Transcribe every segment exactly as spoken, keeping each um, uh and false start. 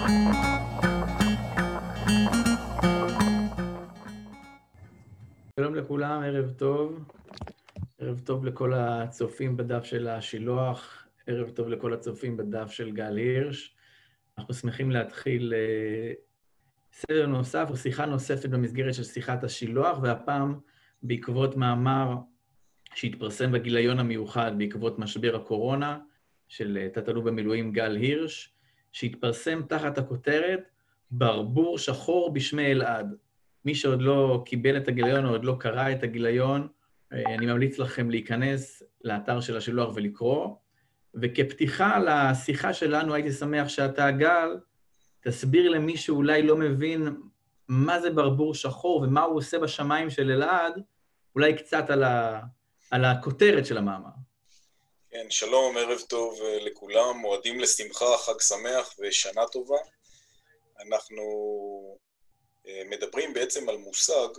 שלום לכולם, ערב טוב. ערב טוב לכל הצופים בדף של השילוח, ערב טוב לכל הצופים בדף של גל הירש. אנחנו שמחים להתחיל סדר נוסף או שיחה נוספת במסגרת של שיחת השילוח, והפעם בעקבות מאמר שהתפרסם בגיליון המיוחד בעקבות משבר הקורונה של תת-אלוף במילואים גל הירש, שהתפרסם תחת הכותרת ברבור שחור בשמי אלעד. מי שעוד לא קיבל את הגיליון או עוד לא קרא את הגיליון, אני ממליץ לכם להיכנס לאתר של השילוח ולקרוא. וכפתיחה לשיחה שלנו, הייתי שמח שאתה, גל, תסביר למי שאולי לא מבין מה זה ברבור שחור ומה הוא עושה בשמיים של אלעד, אולי קצת על, ה... על הכותרת של המאמר. כן, שלום, ערב טוב לכולם, מועדים לשמחה, חג שמח ושנה טובה. אנחנו מדברים בעצם על מושג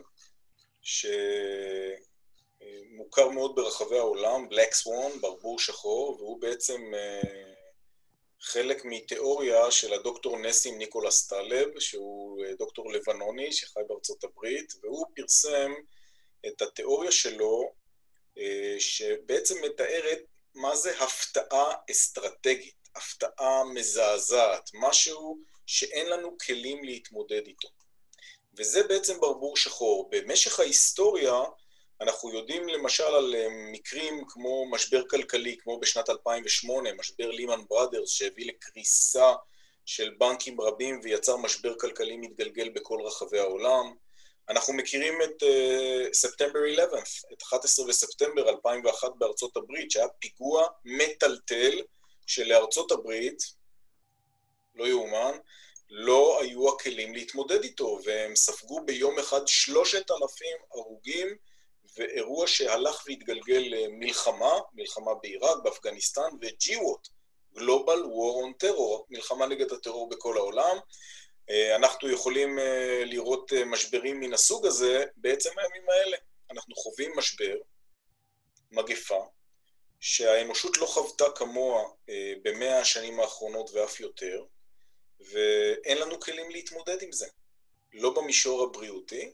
שמוכר מאוד ברחבי העולם, Black Swan, ברבור שחור, והוא בעצם חלק מתיאוריה של הדוקטור נסים ניקולס טלב, שהוא דוקטור לבנוני שחי בארצות הברית, והוא פרסם את התיאוריה שלו, שבעצם מתארת מה זה הפתעה אסטרטגית, הפתעה מזעזעת, משהו שאין לנו כלים להתמודד איתו. וזה בעצם ברבור שחור. במשך ההיסטוריה אנחנו יודעים למשל על מקרים כמו משבר כלכלי, כמו בשנת אלפיים ושמונה, משבר לימן בראדרס, שהביא לקריסה של בנקים רבים ויצר משבר כלכלי מתגלגל בכל רחבי העולם. אנחנו מכירים את ספטמבר uh, אחת עשר, את אחד עשר בספטמבר אלפיים ואחת בארצות הברית, שהיה פיגוע מטלטל שלארצות הברית, לא יאומן, לא היו הכלים להתמודד איתו, והם ספגו ביום אחד שלושת אלפים הרוגים, ואירוע שהלך והתגלגל למלחמה, מלחמה בעיראק, באפגניסטן, וג'יוות, Global War on Terror, מלחמה נגד הטרור בכל העולם. אנחנו יכולים לראות משברים מן הסוג הזה בעצם הימים האלה. אנחנו חווים משבר, מגפה, שהאנושות לא חוותה כמוה במאה השנים האחרונות ואף יותר, ואין לנו כלים להתמודד עם זה. לא במישור הבריאותי,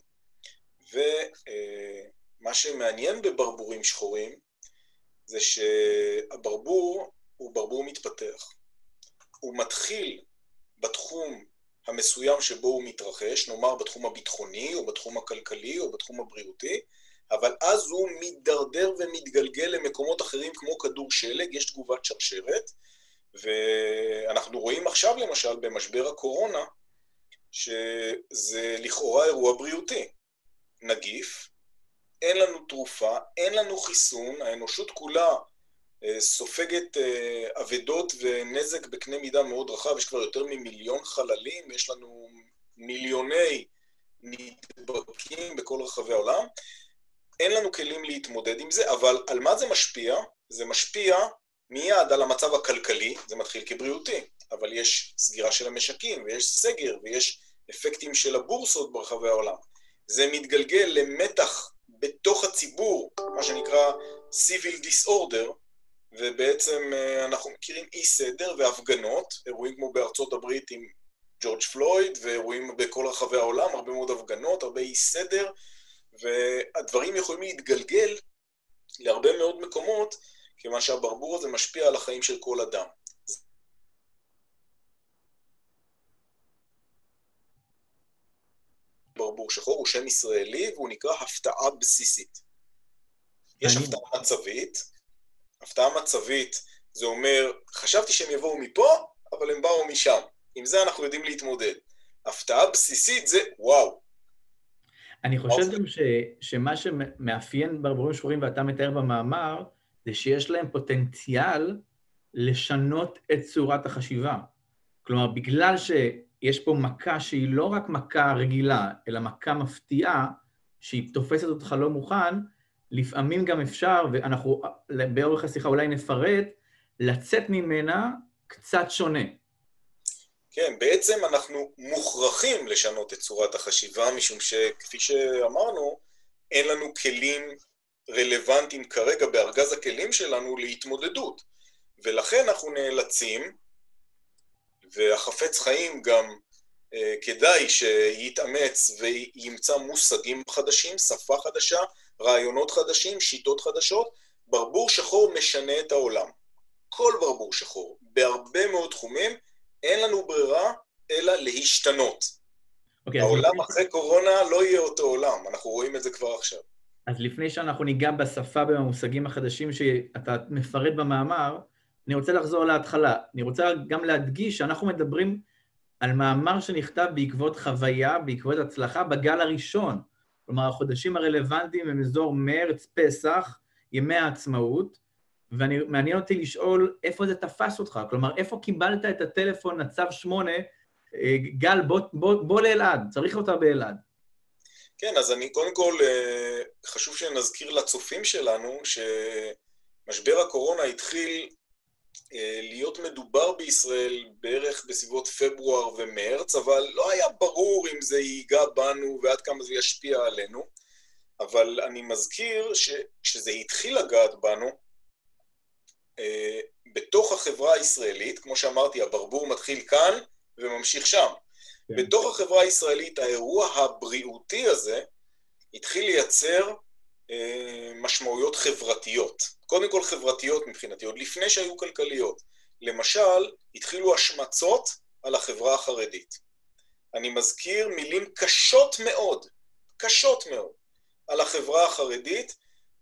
ומה שמעניין בברבורים שחורים, זה שהברבור הוא ברבור מתפתח. הוא מתחיל בתחום המסוים שבו הוא מתרחש, נאמר בתחום הביטחוני, או בתחום הכלכלי, או בתחום הבריאותי, אבל אז הוא מתדרדר ומתגלגל למקומות אחרים כמו כדור שלג, יש תגובת שרשרת, ואנחנו רואים עכשיו למשל במשבר הקורונה, שזה לכאורה אירוע בריאותי. נגיף, אין לנו תרופה, אין לנו חיסון, האנושות כולה סופגת עבדות ונזק בקנה מידה מאוד רחב, יש כבר יותר ממיליון חללים, יש לנו מיליוני נדבקים בכל רחבי העולם, אין לנו כלים להתמודד עם זה, אבל על מה זה משפיע? זה משפיע מיד על המצב הכלכלי, זה מתחיל כבריאותי, אבל יש סגירה של המשקים, ויש סגר, ויש אפקטים של הבורסות ברחבי העולם. זה מתגלגל למתח בתוך הציבור, מה שנקרא civil disorder, ובעצם אנחנו מכירים אי סדר והפגנות, אירועים כמו בארצות הברית עם ג'ורג' פלויד, ואירועים בכל רחבי העולם, הרבה מאוד הפגנות, הרבה אי סדר, והדברים יכולים להתגלגל להרבה מאוד מקומות, כיוון שהברבור הזה משפיע על החיים של כל אדם. ברבור שחור הוא שם ישראלי, והוא נקרא הפתעה בסיסית. יש הפתעה מצבית, הפתעה מצבית זה אומר, חשבתי שהם יבואו מפה, אבל הם באו משם. עם זה אנחנו יודעים להתמודד. הפתעה בסיסית זה וואו. אני חושב גם ש, שמה שמאפיין ברבורים שחורים ואתה מתאר במאמר, זה שיש להם פוטנציאל לשנות את צורת החשיבה. כלומר, בגלל שיש פה מכה שהיא לא רק מכה רגילה, אלא מכה מפתיעה, שהיא תופסת אותך לא מוכן, לפעמים גם אפשר, ואנחנו באורך השיחה אולי נפרט, לצאת ממנה קצת שונה. כן, בעצם אנחנו מוכרחים לשנות את צורת החשיבה, משום שכפי שאמרנו, אין לנו כלים רלוונטיים כרגע בארגז הכלים שלנו להתמודדות. ולכן אנחנו נאלצים והחפץ חיים גם כדאי שיתאמץ וימצא מושגים חדשים, שפה חדשה, רעיונות חדשים, שיטות חדשות. ברבור שחור משנה את העולם. כל ברבור שחור, בהרבה מאוד תחומים, אין לנו ברירה אלא להשתנות. Okay, העולם לפני... אחרי קורונה לא יהיה אותו עולם, אנחנו רואים את זה כבר עכשיו. אז לפני שאנחנו ניגע בשפה במושגים החדשים שאתה מפרט במאמר, אני רוצה לחזור להתחלה. אני רוצה גם להדגיש שאנחנו מדברים על מאמר שנכתב בעקבות חוויה, בעקבות הצלחה בגל הראשון. כלומר, החודשים הרלוונטיים הם אזור מרץ, פסח, ימי העצמאות, ואני מעניין אותי לשאול איפה זה תפס אותך. כלומר, איפה קיבלת את הטלפון הצו שמונה, גל, בוא, בוא, בוא לאלעד, צריך אותה באלעד. כן, אז אני קודם כל, חשוב שנזכיר לצופים שלנו, שמשבר הקורונה התחיל להיות מדובר בישראל בערך בסביבות פברואר ומרץ, אבל לא היה ברור אם זה ייגע בנו ועד כמה זה ישפיע עלינו, אבל אני מזכיר שכשזה התחיל לגעת בנו, בתוך החברה הישראלית, כמו שאמרתי, הברבור מתחיל כאן וממשיך שם. כן. בתוך החברה הישראלית, האירוע הבריאותי הזה התחיל לייצר אה, משמעויות חברתיות. קודם כל חברתיות מבחינתי, עוד לפני שהיו כלכליות. למשל, התחילו השמצות על החברה החרדית. אני מזכיר מילים קשות מאוד, קשות מאוד, על החברה החרדית,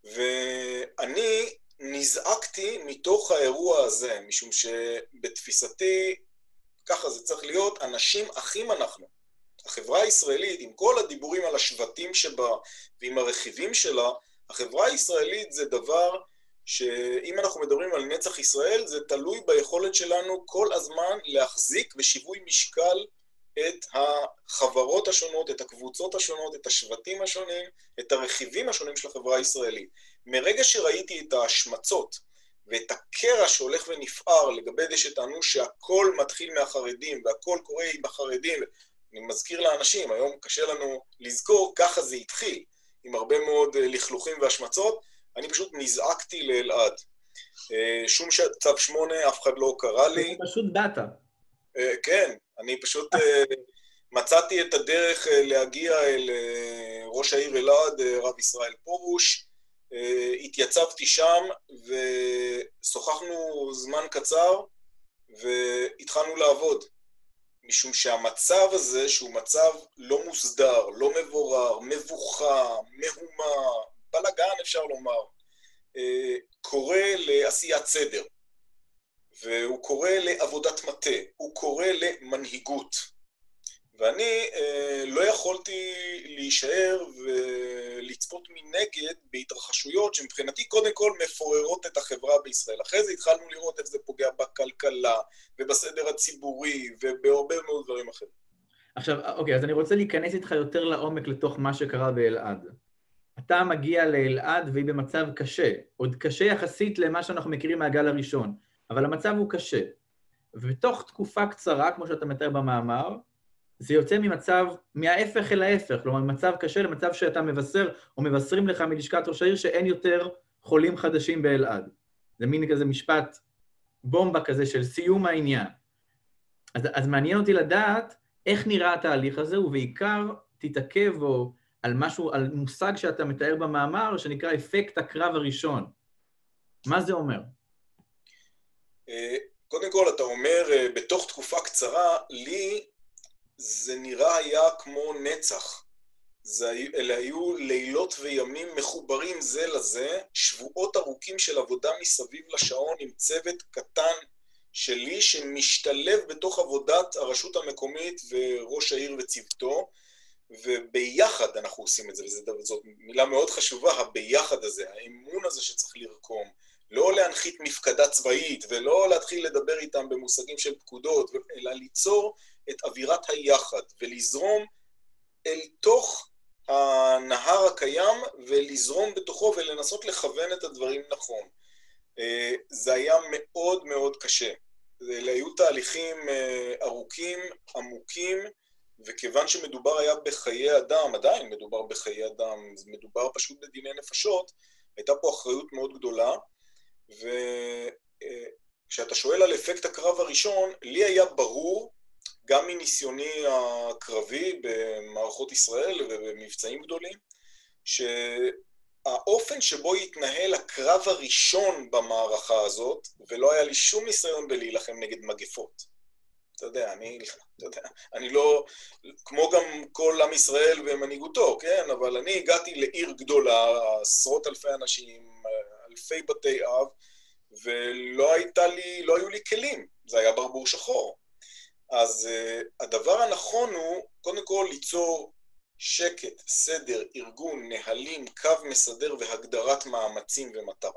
ואני נזעקתי מתוך האירוע הזה, משום שבתפיסתי, ככה זה צריך להיות, אנשים אחים אנחנו. החברה הישראלית, עם כל הדיבורים על השבטים שבה ועם הרכיבים שלה, החברה הישראלית זה דבר שאם אנחנו מדברים על נצח ישראל, זה תלוי ביכולת שלנו כל הזמן להחזיק בשיווי משקל את החברות השונות, את הקבוצות השונות, את השבטים השונים, את הרכיבים השונים של החברה הישראלית. מרגע שראיתי את ההשמצות ואת הקרע שהולך ונפער לגבי זה שטענו שהכל מתחיל מהחרדים והכל קורה עם החרדים, אני מזכיר לאנשים, היום קשה לנו לזכור, ככה זה התחיל, עם הרבה מאוד לכלוכים והשמצות, אני פשוט נזעקתי לאלעד. שום צו שמונה, אף אחד לא קרא לי. פשוט דאטה. כן, אני פשוט מצאתי את הדרך להגיע אל ראש העיר אלעד, רב ישראל פורוש, התייצבתי שם ושוחחנו זמן קצר והתחלנו לעבוד. משום שהמצב הזה, שהוא מצב לא מוסדר, לא מבורר, מבוכה, מהומה, בלגן אפשר לומר, קורא לעשיית סדר, והוא קורא לעבודת מטה, הוא קורא למנהיגות. ואני אה, לא יכולתי להישאר ולצפות מנגד בהתרחשויות שמבחינתי קודם כל מפוררות את החברה בישראל. אחרי זה התחלנו לראות איך זה פוגע בכלכלה ובסדר הציבורי ובהרבה מאוד דברים אחרים. עכשיו, אוקיי, אז אני רוצה להיכנס איתך יותר לעומק לתוך מה שקרה באלעד. אתה מגיע לאלעד והיא במצב קשה, עוד קשה יחסית למה שאנחנו מכירים מהגל הראשון, אבל המצב הוא קשה. ובתוך תקופה קצרה, כמו שאתה מתאר במאמר, זה יוצא ממצב, מההפך אל ההפך, כלומר, ממצב קשה למצב שאתה מבשר, או מבשרים לך מלשכת ראש העיר, שאין יותר חולים חדשים באלעד. זה מין כזה משפט בומבה כזה של סיום העניין. אז, אז מעניין אותי לדעת איך נראה התהליך הזה, ובעיקר תתעכב או על משהו, על מושג שאתה מתאר במאמר, שנקרא אפקט הקרב הראשון. מה זה אומר? קודם כל, אתה אומר, בתוך תקופה קצרה, לי זה נראה היה כמו נצח. זה, אלה היו לילות וימים מחוברים זה לזה, שבועות ארוכים של עבודה מסביב לשעון עם צוות קטן שלי שמשתלב בתוך עבודת הרשות המקומית וראש העיר וצוותו, וביחד אנחנו עושים את זה, וזאת מילה מאוד חשובה, הביחד הזה, האמון הזה שצריך לרקום, לא להנחית מפקדה צבאית ולא להתחיל לדבר איתם במושגים של פקודות, אלא ליצור את אווירת היחד ולזרום אל תוך הנהר הקיים ולזרום בתוכו ולנסות לכוון את הדברים נכון. זה היה מאוד מאוד קשה. אלה היו תהליכים ארוכים, עמוקים, וכיוון שמדובר היה בחיי אדם, עדיין מדובר בחיי אדם, מדובר פשוט בדיני נפשות, הייתה פה אחריות מאוד גדולה, כשאתה שואל על אפקט הקרב הראשון, לי היה ברור, גם מניסיוני הקרבי במערכות ישראל ובמבצעים גדולים, שהאופן שבו יתנהל הקרב הראשון במערכה הזאת, ולא היה לי שום ניסיון בלהילחם נגד מגפות. אתה יודע, אני, אתה יודע, אני לא, כמו גם כל עם ישראל ומנהיגותו, כן? אבל אני הגעתי לעיר גדולה, עשרות אלפי אנשים, אלפי בתי אב, ולא הייתה לי, לא היו לי כלים, זה היה ברבור שחור. אז uh, הדבר הנכון הוא, קודם כל, ליצור שקט, סדר, ארגון, נהלים, קו מסדר והגדרת מאמצים ומטרה.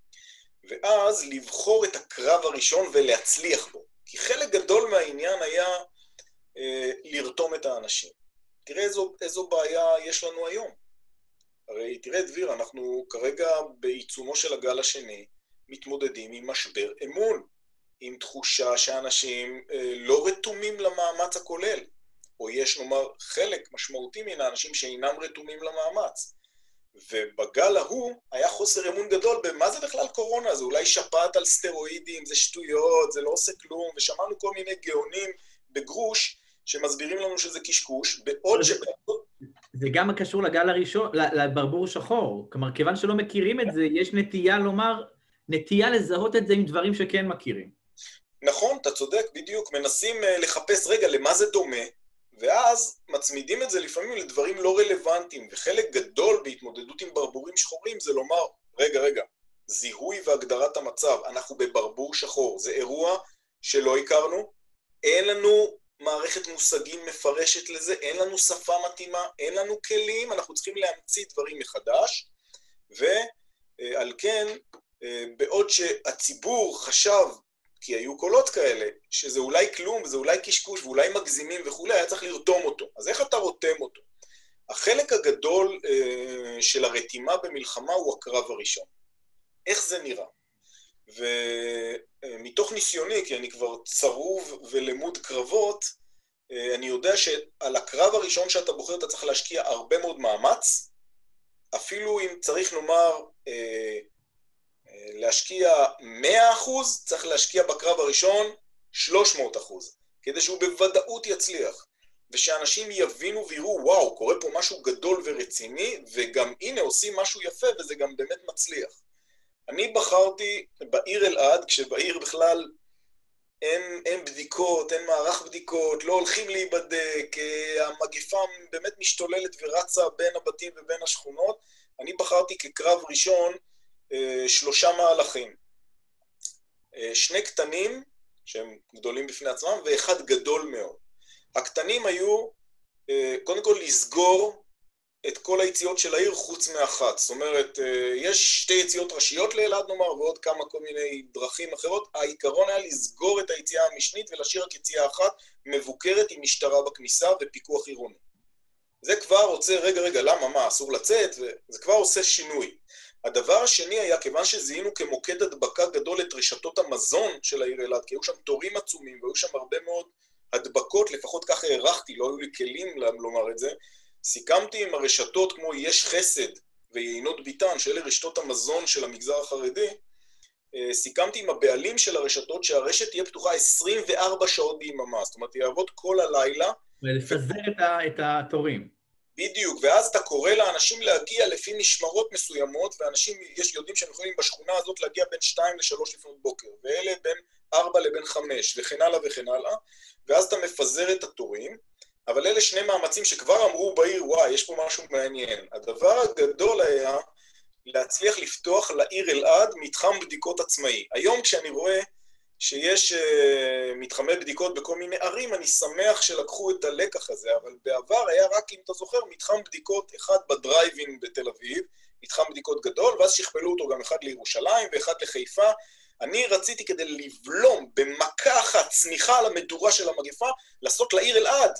ואז לבחור את הקרב הראשון ולהצליח בו. כי חלק גדול מהעניין היה uh, לרתום את האנשים. תראה איזו, איזו בעיה יש לנו היום. הרי תראה דביר, אנחנו כרגע בעיצומו של הגל השני, מתמודדים עם משבר אמון. עם תחושה שאנשים אה, לא רתומים למאמץ הכולל, או יש נאמר חלק משמעותי מן האנשים שאינם רתומים למאמץ. ובגל ההוא היה חוסר אמון גדול במה זה בכלל קורונה, זה אולי שפעת על סטרואידים, זה שטויות, זה לא עושה כלום, ושמענו כל מיני גאונים בגרוש שמסבירים לנו שזה קשקוש, בעוד ש... זה גם קשור לגל הראשון, לברבור שחור, כלומר, כיוון שלא מכירים את זה, יש נטייה לומר, נטייה לזהות את זה עם דברים שכן מכירים. נכון, אתה צודק, בדיוק, מנסים לחפש רגע למה זה דומה, ואז מצמידים את זה לפעמים לדברים לא רלוונטיים, וחלק גדול בהתמודדות עם ברבורים שחורים זה לומר, רגע, רגע, זיהוי והגדרת המצב, אנחנו בברבור שחור, זה אירוע שלא הכרנו, אין לנו מערכת מושגים מפרשת לזה, אין לנו שפה מתאימה, אין לנו כלים, אנחנו צריכים להמציא דברים מחדש, ועל כן, בעוד שהציבור חשב, כי היו קולות כאלה, שזה אולי כלום, וזה אולי קשקוש, ואולי מגזימים וכולי, היה צריך לרתום אותו. אז איך אתה רותם אותו? החלק הגדול אה, של הרתימה במלחמה הוא הקרב הראשון. איך זה נראה? ומתוך ניסיוני, כי אני כבר צרוב ולמוד קרבות, אה, אני יודע שעל הקרב הראשון שאתה בוחר, אתה צריך להשקיע הרבה מאוד מאמץ, אפילו אם צריך לומר... אה, להשקיע מאה אחוז, צריך להשקיע בקרב הראשון שלוש מאות אחוז, כדי שהוא בוודאות יצליח, ושאנשים יבינו ויראו, וואו, קורה פה משהו גדול ורציני, וגם הנה עושים משהו יפה, וזה גם באמת מצליח. אני בחרתי בעיר אלעד, כשבעיר בכלל אין, אין בדיקות, אין מערך בדיקות, לא הולכים להיבדק, המגפה באמת משתוללת ורצה בין הבתים ובין השכונות, אני בחרתי כקרב ראשון, שלושה מהלכים. שני קטנים, שהם גדולים בפני עצמם, ואחד גדול מאוד. הקטנים היו, קודם כל, לסגור את כל היציאות של העיר חוץ מאחת. זאת אומרת, יש שתי יציאות ראשיות לאלעד, נאמר, ועוד כמה כל מיני דרכים אחרות. העיקרון היה לסגור את היציאה המשנית ולהשאיר רק יציאה אחת מבוקרת עם משטרה בכניסה ופיקוח עירוני. זה כבר רוצה, רגע, רגע, למה, מה, אסור לצאת? וזה כבר עושה שינוי. הדבר השני היה, כיוון שזיהינו כמוקד הדבקה גדול את רשתות המזון של העיר אלעד, כי היו שם תורים עצומים, והיו שם הרבה מאוד הדבקות, לפחות ככה הערכתי, לא היו לי כלים לומר את זה, סיכמתי עם הרשתות כמו יש חסד ויינות ביטן, שאלה רשתות המזון של המגזר החרדי, סיכמתי עם הבעלים של הרשתות שהרשת תהיה פתוחה עשרים וארבע שעות ביממה, זאת אומרת, יעבוד כל הלילה. ולפזר ו... את התורים. בדיוק, ואז אתה קורא לאנשים להגיע לפי משמרות מסוימות, ואנשים יש, יודעים שהם יכולים בשכונה הזאת להגיע בין שתיים לשלוש לפנות בוקר, ואלה בין ארבע לבין חמש, וכן הלאה וכן הלאה, ואז אתה מפזר את התורים, אבל אלה שני מאמצים שכבר אמרו בעיר, וואי, יש פה משהו מעניין. הדבר הגדול היה להצליח לפתוח לעיר אלעד מתחם בדיקות עצמאי. היום כשאני רואה שיש uh, מתחמי בדיקות בכל מיני ערים, אני שמח שלקחו את הלקח הזה, אבל בעבר היה רק, אם אתה זוכר, מתחם בדיקות אחד בדרייבין בתל אביב, מתחם בדיקות גדול, ואז שכפלו אותו גם אחד לירושלים ואחד לחיפה. אני רציתי כדי לבלום במכה אחת צניחה על המדורה של המגפה, לעשות לעיר אלעד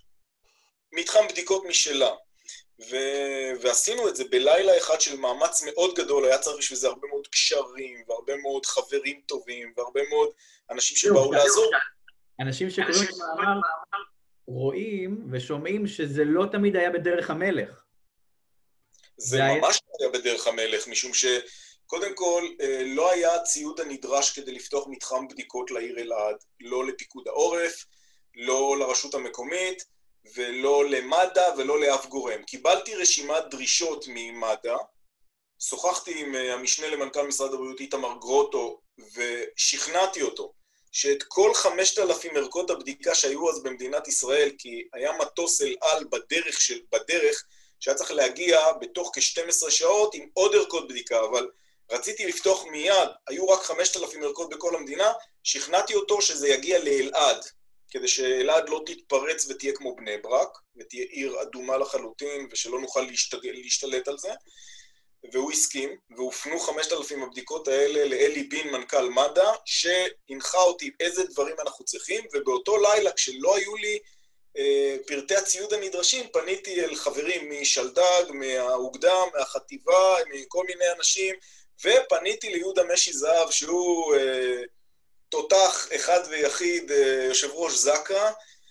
מתחם בדיקות משלה. ו- ועשינו את זה בלילה אחד של מאמץ מאוד גדול, היה צריך בשביל זה הרבה מאוד קשרים, והרבה מאוד חברים טובים, והרבה מאוד אנשים שבאו לעזור. אנשים שקוראים את המאמר רואים ושומעים שזה לא תמיד היה בדרך המלך. זה ממש היה בדרך המלך, משום ש... קודם כל, לא היה הציוד הנדרש כדי לפתוח מתחם בדיקות לעיר אלעד, לא לפיקוד העורף, לא לרשות המקומית, ולא למד"א ולא לאף גורם. קיבלתי רשימת דרישות ממד"א, שוחחתי עם המשנה למנכ"ל משרד הבריאות איתמר גרוטו, ושכנעתי אותו שאת כל חמשת אלפים ערכות הבדיקה שהיו אז במדינת ישראל, כי היה מטוס אל על בדרך, של, בדרך שהיה צריך להגיע בתוך כ-שתים עשרה שעות עם עוד ערכות בדיקה, אבל רציתי לפתוח מיד, היו רק חמשת אלפים ערכות בכל המדינה, שכנעתי אותו שזה יגיע לאלעד, כדי שאלעד לא תתפרץ ותהיה כמו בני ברק, ותהיה עיר אדומה לחלוטין, ושלא נוכל להשתג... להשתלט על זה, והוא הסכים, והופנו חמשת אלפים הבדיקות האלה לאלי בין, מנכ"ל מד"א, שהנחה אותי איזה דברים אנחנו צריכים, ובאותו לילה, כשלא היו לי אה, פרטי הציוד הנדרשים, פניתי אל חברים משלדג, מהאוגדה, מהחטיבה, מכל מיני אנשים, ופניתי ליהודה משי זהב, שהוא אה, תותח אחד ויחיד, אה, יושב ראש זק"א,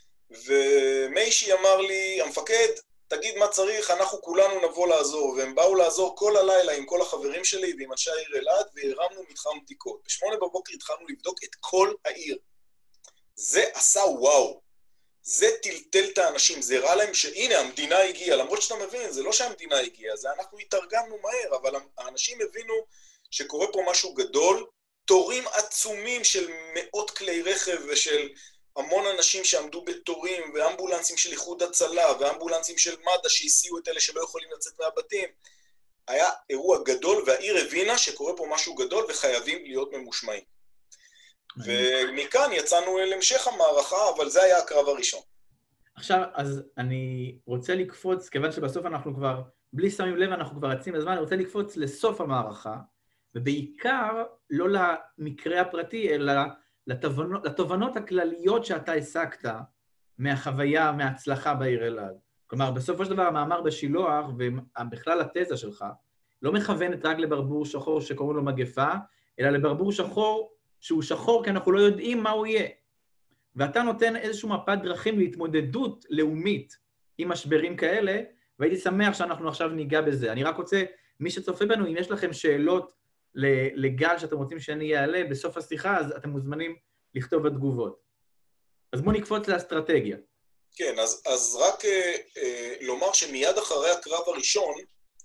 ומשי אמר לי, המפקד, תגיד מה צריך, אנחנו כולנו נבוא לעזור, והם באו לעזור כל הלילה עם כל החברים שלי ועם אנשי העיר אלעד, והרמנו מתחם בדיקות. בשמונה בבוקר התחלנו לבדוק את כל העיר. זה עשה וואו. זה טלטל את האנשים, זה הראה להם שהנה המדינה הגיעה, למרות שאתה מבין, זה לא שהמדינה הגיעה, זה אנחנו התארגנו מהר, אבל האנשים הבינו שקורה פה משהו גדול, תורים עצומים של מאות כלי רכב ושל המון אנשים שעמדו בתורים, ואמבולנסים של איחוד הצלה, ואמבולנסים של מד"א שהסיעו את אלה שלא יכולים לצאת מהבתים. היה אירוע גדול, והעיר הבינה שקורה פה משהו גדול, וחייבים להיות ממושמעים. ומכאן יצאנו אל המשך המערכה, אבל זה היה הקרב הראשון. עכשיו, אז אני רוצה לקפוץ, כיוון שבסוף אנחנו כבר, בלי שמים לב, אנחנו כבר רצים בזמן, אני רוצה לקפוץ לסוף המערכה, ובעיקר לא למקרה הפרטי, אלא לתובנות, לתובנות הכלליות שאתה הסקת מהחוויה, מההצלחה בעיר אלעד. כלומר, בסופו של דבר, המאמר בשילוח, ובכלל התזה שלך, לא מכוונת רק לברבור שחור שקוראים לו מגפה, אלא לברבור שחור שהוא שחור כי אנחנו לא יודעים מה הוא יהיה. ואתה נותן איזשהו מפת דרכים להתמודדות לאומית עם משברים כאלה, והייתי שמח שאנחנו עכשיו ניגע בזה. אני רק רוצה, מי שצופה בנו, אם יש לכם שאלות לגל שאתם רוצים שאני אעלה בסוף השיחה, אז אתם מוזמנים לכתוב בתגובות. אז בואו נקפוץ לאסטרטגיה. כן, אז, אז רק אה, אה, לומר שמיד אחרי הקרב הראשון,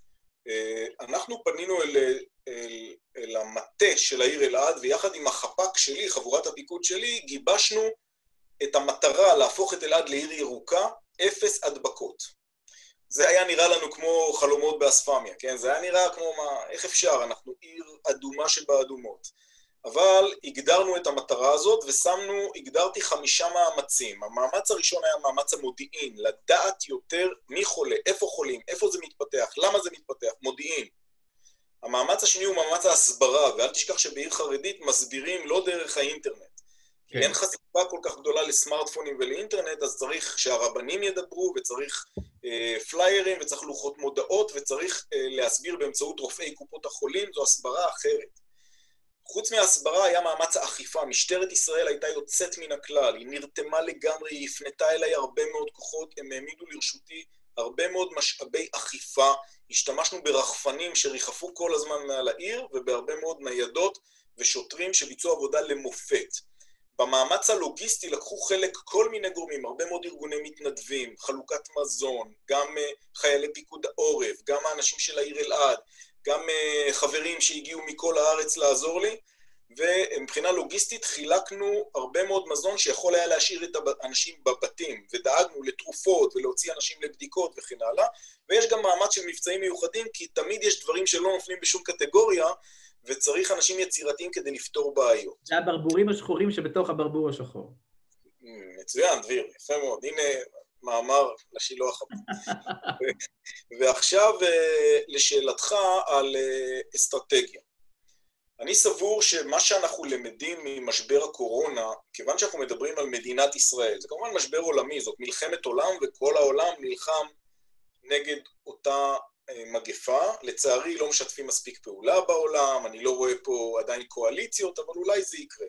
אה, אנחנו פנינו אל, אל, אל המטה של העיר אלעד, ויחד עם החפ"ק שלי, חבורת הפיקוד שלי, גיבשנו את המטרה להפוך את אלעד לעיר ירוקה, אפס הדבקות. זה היה נראה לנו כמו חלומות באספמיה, כן? זה היה נראה כמו מה, איך אפשר? אנחנו עיר אדומה שבאדומות. אבל הגדרנו את המטרה הזאת ושמנו, הגדרתי חמישה מאמצים. המאמץ הראשון היה מאמץ המודיעין, לדעת יותר מי חולה, איפה חולים, איפה זה מתפתח, למה זה מתפתח, מודיעין. המאמץ השני הוא מאמץ ההסברה, ואל תשכח שבעיר חרדית מסבירים לא דרך האינטרנט. כן. אין חשיפה כל כך גדולה לסמארטפונים ולאינטרנט, אז צריך שהרבנים ידברו, וצריך אה, פליירים, וצריך לוחות מודעות, וצריך אה, להסביר באמצעות רופאי קופות החולים, זו הסברה אחרת. חוץ מההסברה היה מאמץ האכיפה, משטרת ישראל הייתה יוצאת מן הכלל, היא נרתמה לגמרי, היא הפנתה אליי הרבה מאוד כוחות, הם העמידו לרשותי הרבה מאוד משאבי אכיפה, השתמשנו ברחפנים שריחפו כל הזמן מעל העיר, ובהרבה מאוד ניידות ושוטרים שביצעו עבודה למופת. במאמץ הלוגיסטי לקחו חלק כל מיני גורמים, הרבה מאוד ארגוני מתנדבים, חלוקת מזון, גם חיילי פיקוד העורף, גם האנשים של העיר אלעד, גם חברים שהגיעו מכל הארץ לעזור לי, ומבחינה לוגיסטית חילקנו הרבה מאוד מזון שיכול היה להשאיר את האנשים בבתים, ודאגנו לתרופות ולהוציא אנשים לבדיקות וכן הלאה, ויש גם מאמץ של מבצעים מיוחדים, כי תמיד יש דברים שלא נופלים בשום קטגוריה, וצריך אנשים יצירתיים כדי לפתור בעיות. זה הברבורים השחורים שבתוך הברבור השחור. מצוין, דביר, יפה מאוד. הנה מאמר לשילוח הבא. ועכשיו לשאלתך על אסטרטגיה. אני סבור שמה שאנחנו למדים ממשבר הקורונה, כיוון שאנחנו מדברים על מדינת ישראל, זה כמובן משבר עולמי, זאת מלחמת עולם, וכל העולם נלחם נגד אותה מגפה. לצערי לא משתפים מספיק פעולה בעולם, אני לא רואה פה עדיין קואליציות, אבל אולי זה יקרה.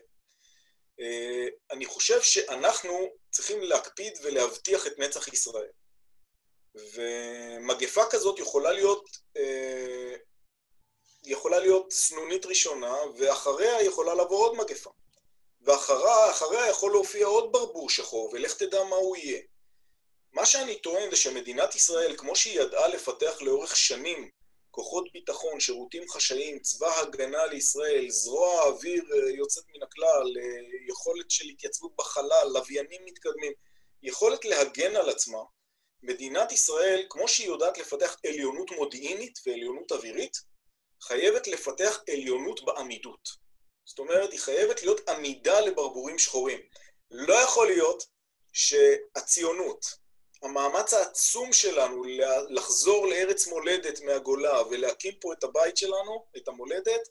אני חושב שאנחנו צריכים להקפיד ולהבטיח את נצח ישראל. ומגפה כזאת יכולה להיות יכולה להיות סנונית ראשונה, ואחריה יכולה לעבור עוד מגפה. ואחריה יכול להופיע עוד ברבור שחור, ולך תדע מה הוא יהיה. מה שאני טוען זה שמדינת ישראל, כמו שהיא ידעה לפתח לאורך שנים, כוחות ביטחון, שירותים חשאיים, צבא הגנה לישראל, זרוע האוויר יוצאת מן הכלל, יכולת של התייצבות בחלל, לוויינים מתקדמים, יכולת להגן על עצמה, מדינת ישראל, כמו שהיא יודעת לפתח עליונות מודיעינית ועליונות אווירית, חייבת לפתח עליונות בעמידות. זאת אומרת, היא חייבת להיות עמידה לברבורים שחורים. לא יכול להיות שהציונות, המאמץ העצום שלנו לחזור לארץ מולדת מהגולה ולהקים פה את הבית שלנו, את המולדת,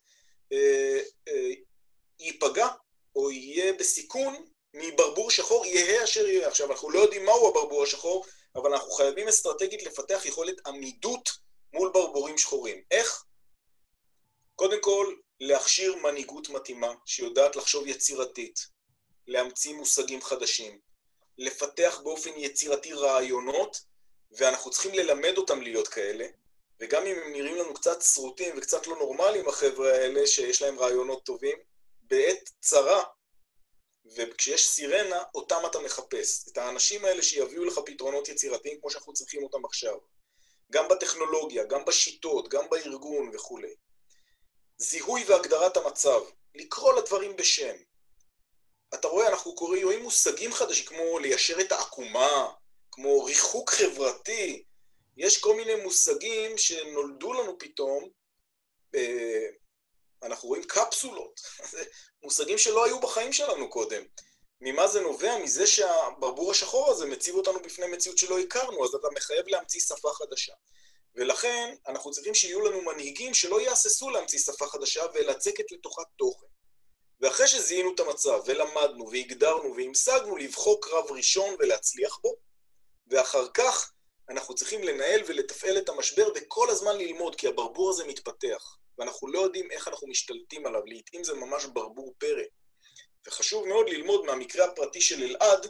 ייפגע או יהיה בסיכון מברבור שחור, יהיה אשר יהיה. עכשיו, אנחנו לא יודעים מהו הברבור השחור, אבל אנחנו חייבים אסטרטגית לפתח יכולת עמידות מול ברבורים שחורים. איך? קודם כל, להכשיר מנהיגות מתאימה, שיודעת לחשוב יצירתית, להמציא מושגים חדשים, לפתח באופן יצירתי רעיונות, ואנחנו צריכים ללמד אותם להיות כאלה, וגם אם הם נראים לנו קצת סרוטים וקצת לא נורמליים, החבר'ה האלה שיש להם רעיונות טובים, בעת צרה, וכשיש סירנה, אותם אתה מחפש. את האנשים האלה שיביאו לך פתרונות יצירתיים, כמו שאנחנו צריכים אותם עכשיו. גם בטכנולוגיה, גם בשיטות, גם בארגון וכו'. זיהוי והגדרת המצב, לקרוא לדברים בשם. אתה רואה, אנחנו קוראים, רואים מושגים חדשים, כמו ליישר את העקומה, כמו ריחוק חברתי. יש כל מיני מושגים שנולדו לנו פתאום, אנחנו רואים קפסולות, מושגים שלא היו בחיים שלנו קודם. ממה זה נובע? מזה שהברבור השחור הזה מציב אותנו בפני מציאות שלא הכרנו, אז אתה מחייב להמציא שפה חדשה. ולכן אנחנו צריכים שיהיו לנו מנהיגים שלא יאססו להמציא שפה חדשה ולצקת לתוכה תוכן. ואחרי שזיהינו את המצב ולמדנו והגדרנו והמשגנו לבחור קרב ראשון ולהצליח בו, ואחר כך אנחנו צריכים לנהל ולתפעל את המשבר וכל הזמן ללמוד, כי הברבור הזה מתפתח, ואנחנו לא יודעים איך אנחנו משתלטים עליו, לעתים זה ממש ברבור פרא. וחשוב מאוד ללמוד מהמקרה הפרטי של אלעד,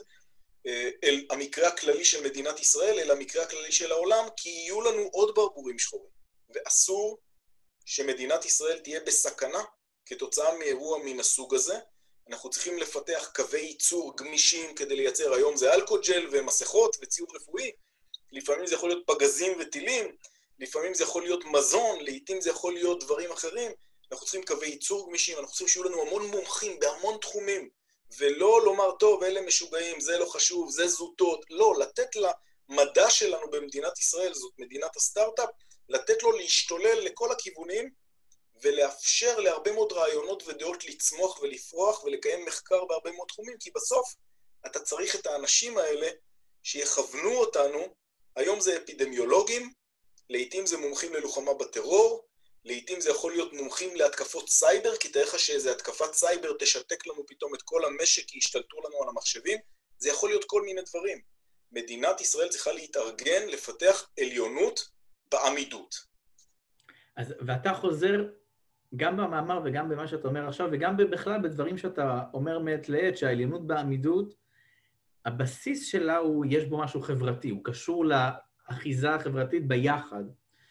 אל המקרה הכללי של מדינת ישראל, אל המקרה הכללי של העולם, כי יהיו לנו עוד ברבורים שחורים. ואסור שמדינת ישראל תהיה בסכנה כתוצאה מאירוע מן הסוג הזה. אנחנו צריכים לפתח קווי ייצור גמישים כדי לייצר, היום זה אלכוג'ל ומסכות וציוד רפואי, לפעמים זה יכול להיות פגזים וטילים, לפעמים זה יכול להיות מזון, לעתים זה יכול להיות דברים אחרים. אנחנו צריכים קווי ייצור גמישים, אנחנו צריכים שיהיו לנו המון מומחים בהמון תחומים, ולא לומר, טוב, אלה משוגעים, זה לא חשוב, זה זוטות. לא, לתת למדע שלנו במדינת ישראל, זאת מדינת הסטארט-אפ, לתת לו להשתולל לכל הכיוונים, ולאפשר להרבה מאוד רעיונות ודעות לצמוח ולפרוח, ולקיים מחקר בהרבה מאוד תחומים, כי בסוף אתה צריך את האנשים האלה שיכוונו אותנו. היום זה אפידמיולוגים, לעתים זה מומחים ללוחמה בטרור, לעתים זה יכול להיות מומחים להתקפות סייבר, כי תארך שאיזו התקפת סייבר תשתק לנו פתאום את כל המשק, כי ישתלטו לנו על המחשבים, זה יכול להיות כל מיני דברים. מדינת ישראל צריכה להתארגן, לפתח עליונות בעמידות. אז, ואתה חוזר גם במאמר וגם במה שאתה אומר עכשיו, וגם בכלל בדברים שאתה אומר מעת לעת, שהעליונות בעמידות, הבסיס שלה הוא, יש בו משהו חברתי, הוא קשור לאחיזה החברתית ביחד.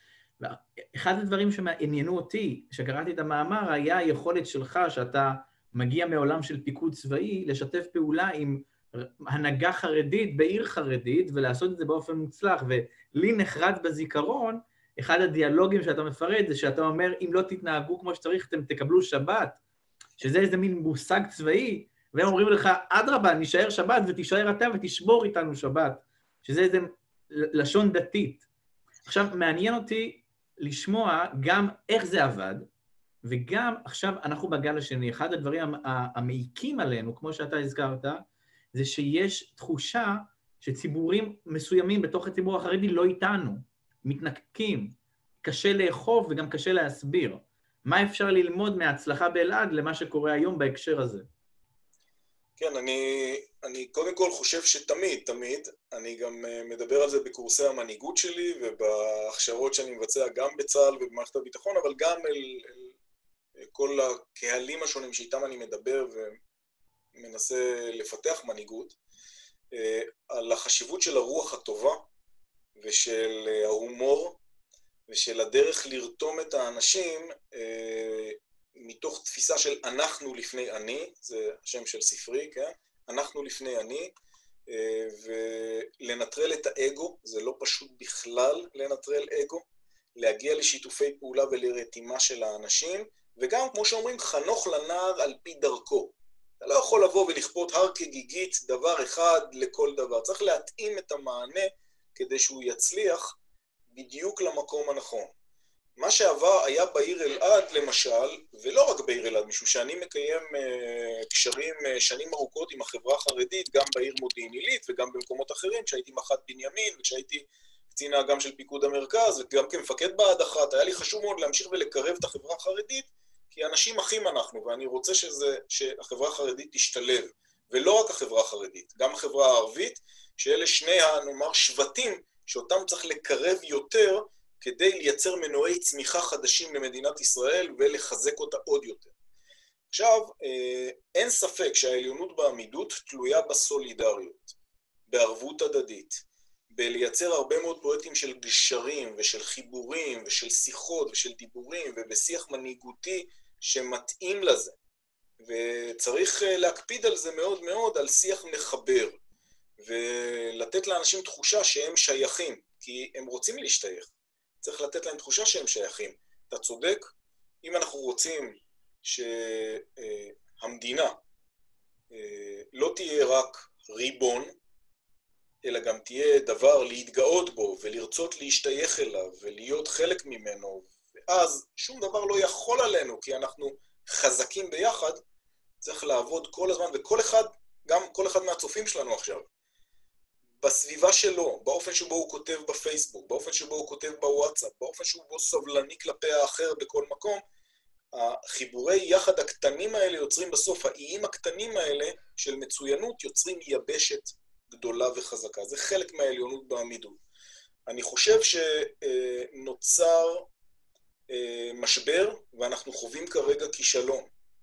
ואחד הדברים שמעניינו אותי, שקראתי את המאמר, היה היכולת שלך, שאתה מגיע מעולם של פיקוד צבאי, לשתף פעולה עם הנהגה חרדית בעיר חרדית, ולעשות את זה באופן מוצלח. ולי נחרט בזיכרון, אחד הדיאלוגים שאתה מפרט, זה שאתה אומר, אם לא תתנהגו כמו שצריך, אתם תקבלו שבת, שזה איזה מין מושג צבאי, והם אומרים לך, אדרבה, נשאר שבת ותישאר אתה ותשבור איתנו שבת, שזה איזה לשון דתית. עכשיו, מעניין אותי לשמוע גם איך זה עבד, וגם עכשיו אנחנו בגל השני, אחד הדברים המעיקים עלינו, כמו שאתה הזכרת, זה שיש תחושה שציבורים מסוימים בתוך הציבור החרדי לא איתנו, מתנתקים, קשה לאכוף וגם קשה להסביר. מה אפשר ללמוד מההצלחה באלעד למה שקורה היום בהקשר הזה? כן, אני, אני קודם כל חושב שתמיד, תמיד, אני גם מדבר על זה בקורסי המנהיגות שלי ובהכשרות שאני מבצע גם בצה"ל ובמערכת הביטחון, אבל גם אל, אל כל הקהלים השונים שאיתם אני מדבר ומנסה לפתח מנהיגות, על החשיבות של הרוח הטובה ושל ההומור ושל הדרך לרתום את האנשים מתוך תפיסה של אנחנו לפני אני, זה השם של ספרי, כן? אנחנו לפני אני, ולנטרל את האגו, זה לא פשוט בכלל לנטרל אגו, להגיע לשיתופי פעולה ולרתימה של האנשים, וגם, כמו שאומרים, חנוך לנער על פי דרכו. אתה לא יכול לבוא ולכפות הר כגיגית דבר אחד לכל דבר. צריך להתאים את המענה כדי שהוא יצליח בדיוק למקום הנכון. מה שעבר היה בעיר אלעד, למשל, ולא רק בעיר אלעד, משום שאני מקיים uh, קשרים uh, שנים ארוכות עם החברה החרדית, גם בעיר מודיעין עילית וגם במקומות אחרים, כשהייתי מח"ט בנימין וכשהייתי קצין האג"ם של פיקוד המרכז, וגם כמפקד בה"ד אחת, היה לי חשוב מאוד להמשיך ולקרב את החברה החרדית, כי אנשים אחים אנחנו, ואני רוצה שזה, שהחברה החרדית תשתלב, ולא רק החברה החרדית, גם החברה הערבית, שאלה שני, נאמר, שבטים, שאותם צריך לקרב יותר, כדי לייצר מנועי צמיחה חדשים למדינת ישראל, ולחזק אותה עוד יותר. עכשיו, אין ספק שהעליונות בעמידות תלויה בסולידריות, בערבות הדדית, בלייצר הרבה מאוד פרויקטים של גשרים ושל חיבורים ושל שיחות ושל דיבורים ובשיח מנהיגותי שמתאים לזה. וצריך להקפיד על זה מאוד מאוד, על שיח מחבר, ולתת לאנשים תחושה שהם שייכים, כי הם רוצים להשתייך. צריך לתת להם תחושה שהם שייכים. אתה צודק, אם אנחנו רוצים שהמדינה לא תהיה רק ריבון, אלא גם תהיה דבר להתגאות בו ולרצות להשתייך אליו ולהיות חלק ממנו, ואז שום דבר לא יכול עלינו, כי אנחנו חזקים ביחד, צריך לעבוד כל הזמן, וכל אחד, גם כל אחד מהצופים שלנו עכשיו, בסביבה שלו, באופן שבו הוא כותב בפייסבוק, באופן שבו הוא כותב בוואטסאפ, באופן שבו סבלני כלפי האחר בכל מקום, החיבורי יחד הקטנים האלה יוצרים בסוף, האיים הקטנים האלה של מצוינות יוצרים יבשת גדולה וחזקה. זה חלק מהעליונות בעמידות. אני חושב שנוצר משבר, ואנחנו חווים כרגע כישלון,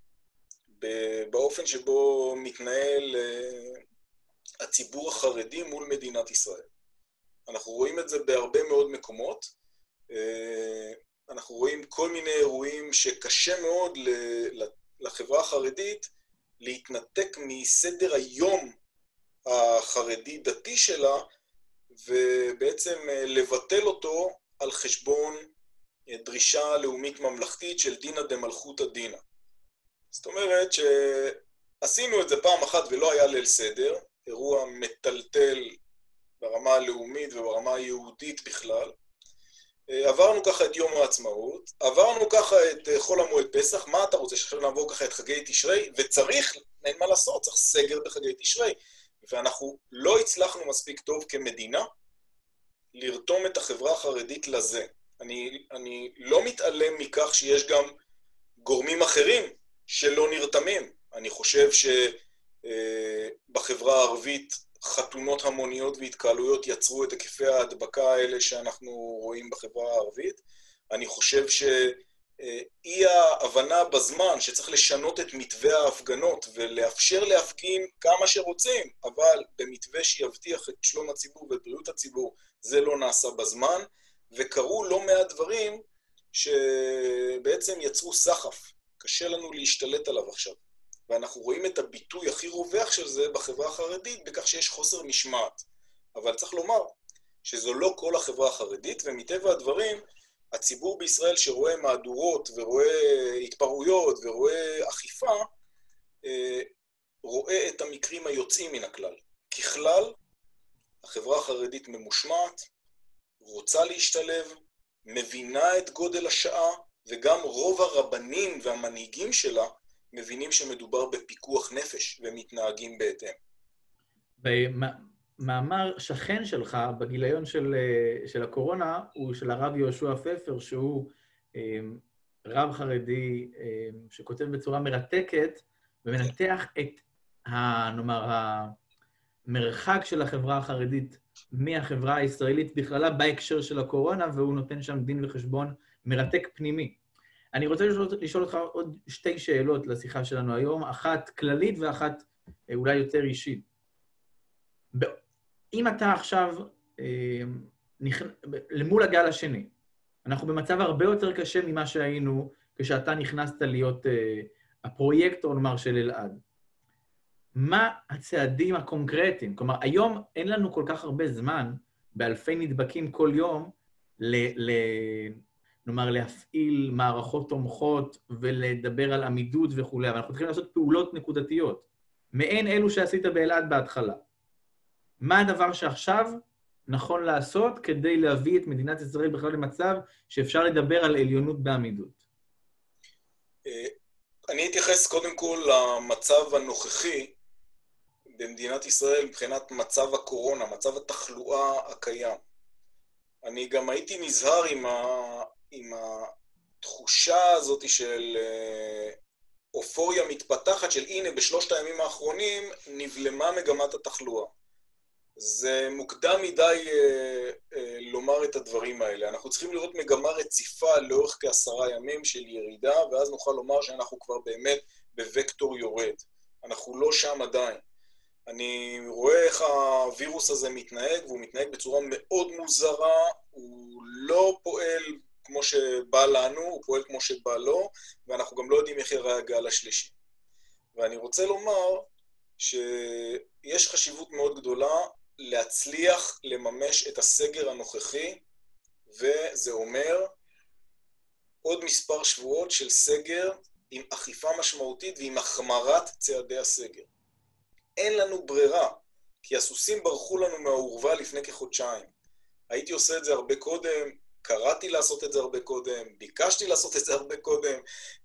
באופן שבו מתנהל הציבור החרדי מול מדינת ישראל. אנחנו רואים את זה בהרבה מאוד מקומות, אנחנו רואים כל מיני אירועים שקשה מאוד לחברה החרדית להתנתק מסדר היום החרדי-דתי שלה, ובעצם לבטל אותו על חשבון דרישה לאומית ממלכתית של דינא דמלכותא דינא. זאת אומרת שעשינו את זה פעם אחת ולא היה ליל סדר, אירוע מטלטל ברמה הלאומית וברמה היהודית בכלל. עברנו ככה את יום העצמאות, עברנו ככה את חול המועד פסח, מה אתה רוצה שעכשיו נעבור ככה את חגי תשרי, וצריך, אין מה לעשות, צריך סגר בחגי תשרי, ואנחנו לא הצלחנו מספיק טוב כמדינה לרתום את החברה החרדית לזה. אני, אני לא מתעלם מכך שיש גם גורמים אחרים שלא נרתמים. אני חושב שבחברה הערבית חתונות המוניות והתקהלויות יצרו את היקפי ההדבקה האלה שאנחנו רואים בחברה הערבית. אני חושב שאי ההבנה בזמן שצריך לשנות את מתווה ההפגנות ולאפשר להפגין כמה שרוצים, אבל במתווה שיבטיח את שלום הציבור ואת בריאות הציבור, זה לא נעשה בזמן, וקרו לא מעט דברים שבעצם יצרו סחף. קשה לנו להשתלט עליו עכשיו. ואנחנו רואים את הביטוי הכי רווח של זה בחברה החרדית, בכך שיש חוסר משמעת. אבל צריך לומר שזו לא כל החברה החרדית, ומטבע הדברים, הציבור בישראל שרואה מהדורות ורואה התפרעויות ורואה אכיפה, רואה את המקרים היוצאים מן הכלל. ככלל, החברה החרדית ממושמעת, רוצה להשתלב, מבינה את גודל השעה, וגם רוב הרבנים והמנהיגים שלה מבינים שמדובר בפיקוח נפש ומתנהגים בהתאם. במאמר שכן שלך, בגיליון של, של הקורונה, הוא של הרב יהושע פפר, שהוא רב חרדי שכותב בצורה מרתקת, ומנתח את, נאמר, המרחק של החברה החרדית מהחברה הישראלית בכללה בהקשר של הקורונה, והוא נותן שם דין וחשבון מרתק פנימי. אני רוצה לשאול, לשאול אותך עוד שתי שאלות לשיחה שלנו היום, אחת כללית ואחת אולי יותר אישית. אם אתה עכשיו, למול הגל השני, אנחנו במצב הרבה יותר קשה ממה שהיינו כשאתה נכנסת להיות uh, הפרויקטור, נאמר, של אלעד. מה הצעדים הקונקרטיים? כלומר, היום אין לנו כל כך הרבה זמן, באלפי נדבקים כל יום, ל, ל, נאמר, להפעיל מערכות תומכות ולדבר על עמידות וכו', אבל אנחנו צריכים לעשות פעולות נקודתיות, מעין אלו שעשית באלעד בהתחלה. מה הדבר שעכשיו נכון לעשות כדי להביא את מדינת ישראל בכלל למצב שאפשר לדבר על עליונות בעמידות? אני אתייחס קודם כל למצב הנוכחי במדינת ישראל מבחינת מצב הקורונה, מצב התחלואה הקיים. אני גם הייתי נזהר עם, ה... עם התחושה הזאת של אופוריה מתפתחת של הנה בשלושת הימים האחרונים נבלמה מגמת התחלואה. זה מוקדם מדי אה, אה, לומר את הדברים האלה. אנחנו צריכים לראות מגמה רציפה לאורך כעשרה ימים של ירידה, ואז נוכל לומר שאנחנו כבר באמת בווקטור יורד. אנחנו לא שם עדיין. אני רואה איך הווירוס הזה מתנהג, והוא מתנהג בצורה מאוד מוזרה, הוא לא פועל כמו שבא לנו, הוא פועל כמו שבא לו, ואנחנו גם לא יודעים איך יראה הגל השלישי. ואני רוצה לומר שיש חשיבות מאוד גדולה להצליח לממש את הסגר הנוכחי, וזה אומר עוד מספר שבועות של סגר עם אכיפה משמעותית ועם החמרת צעדי הסגר. אין לנו ברירה, כי הסוסים ברחו לנו מהעורבה לפני כחודשיים. הייתי עושה את זה הרבה קודם, קראתי לעשות את זה הרבה קודם, ביקשתי לעשות את זה הרבה קודם,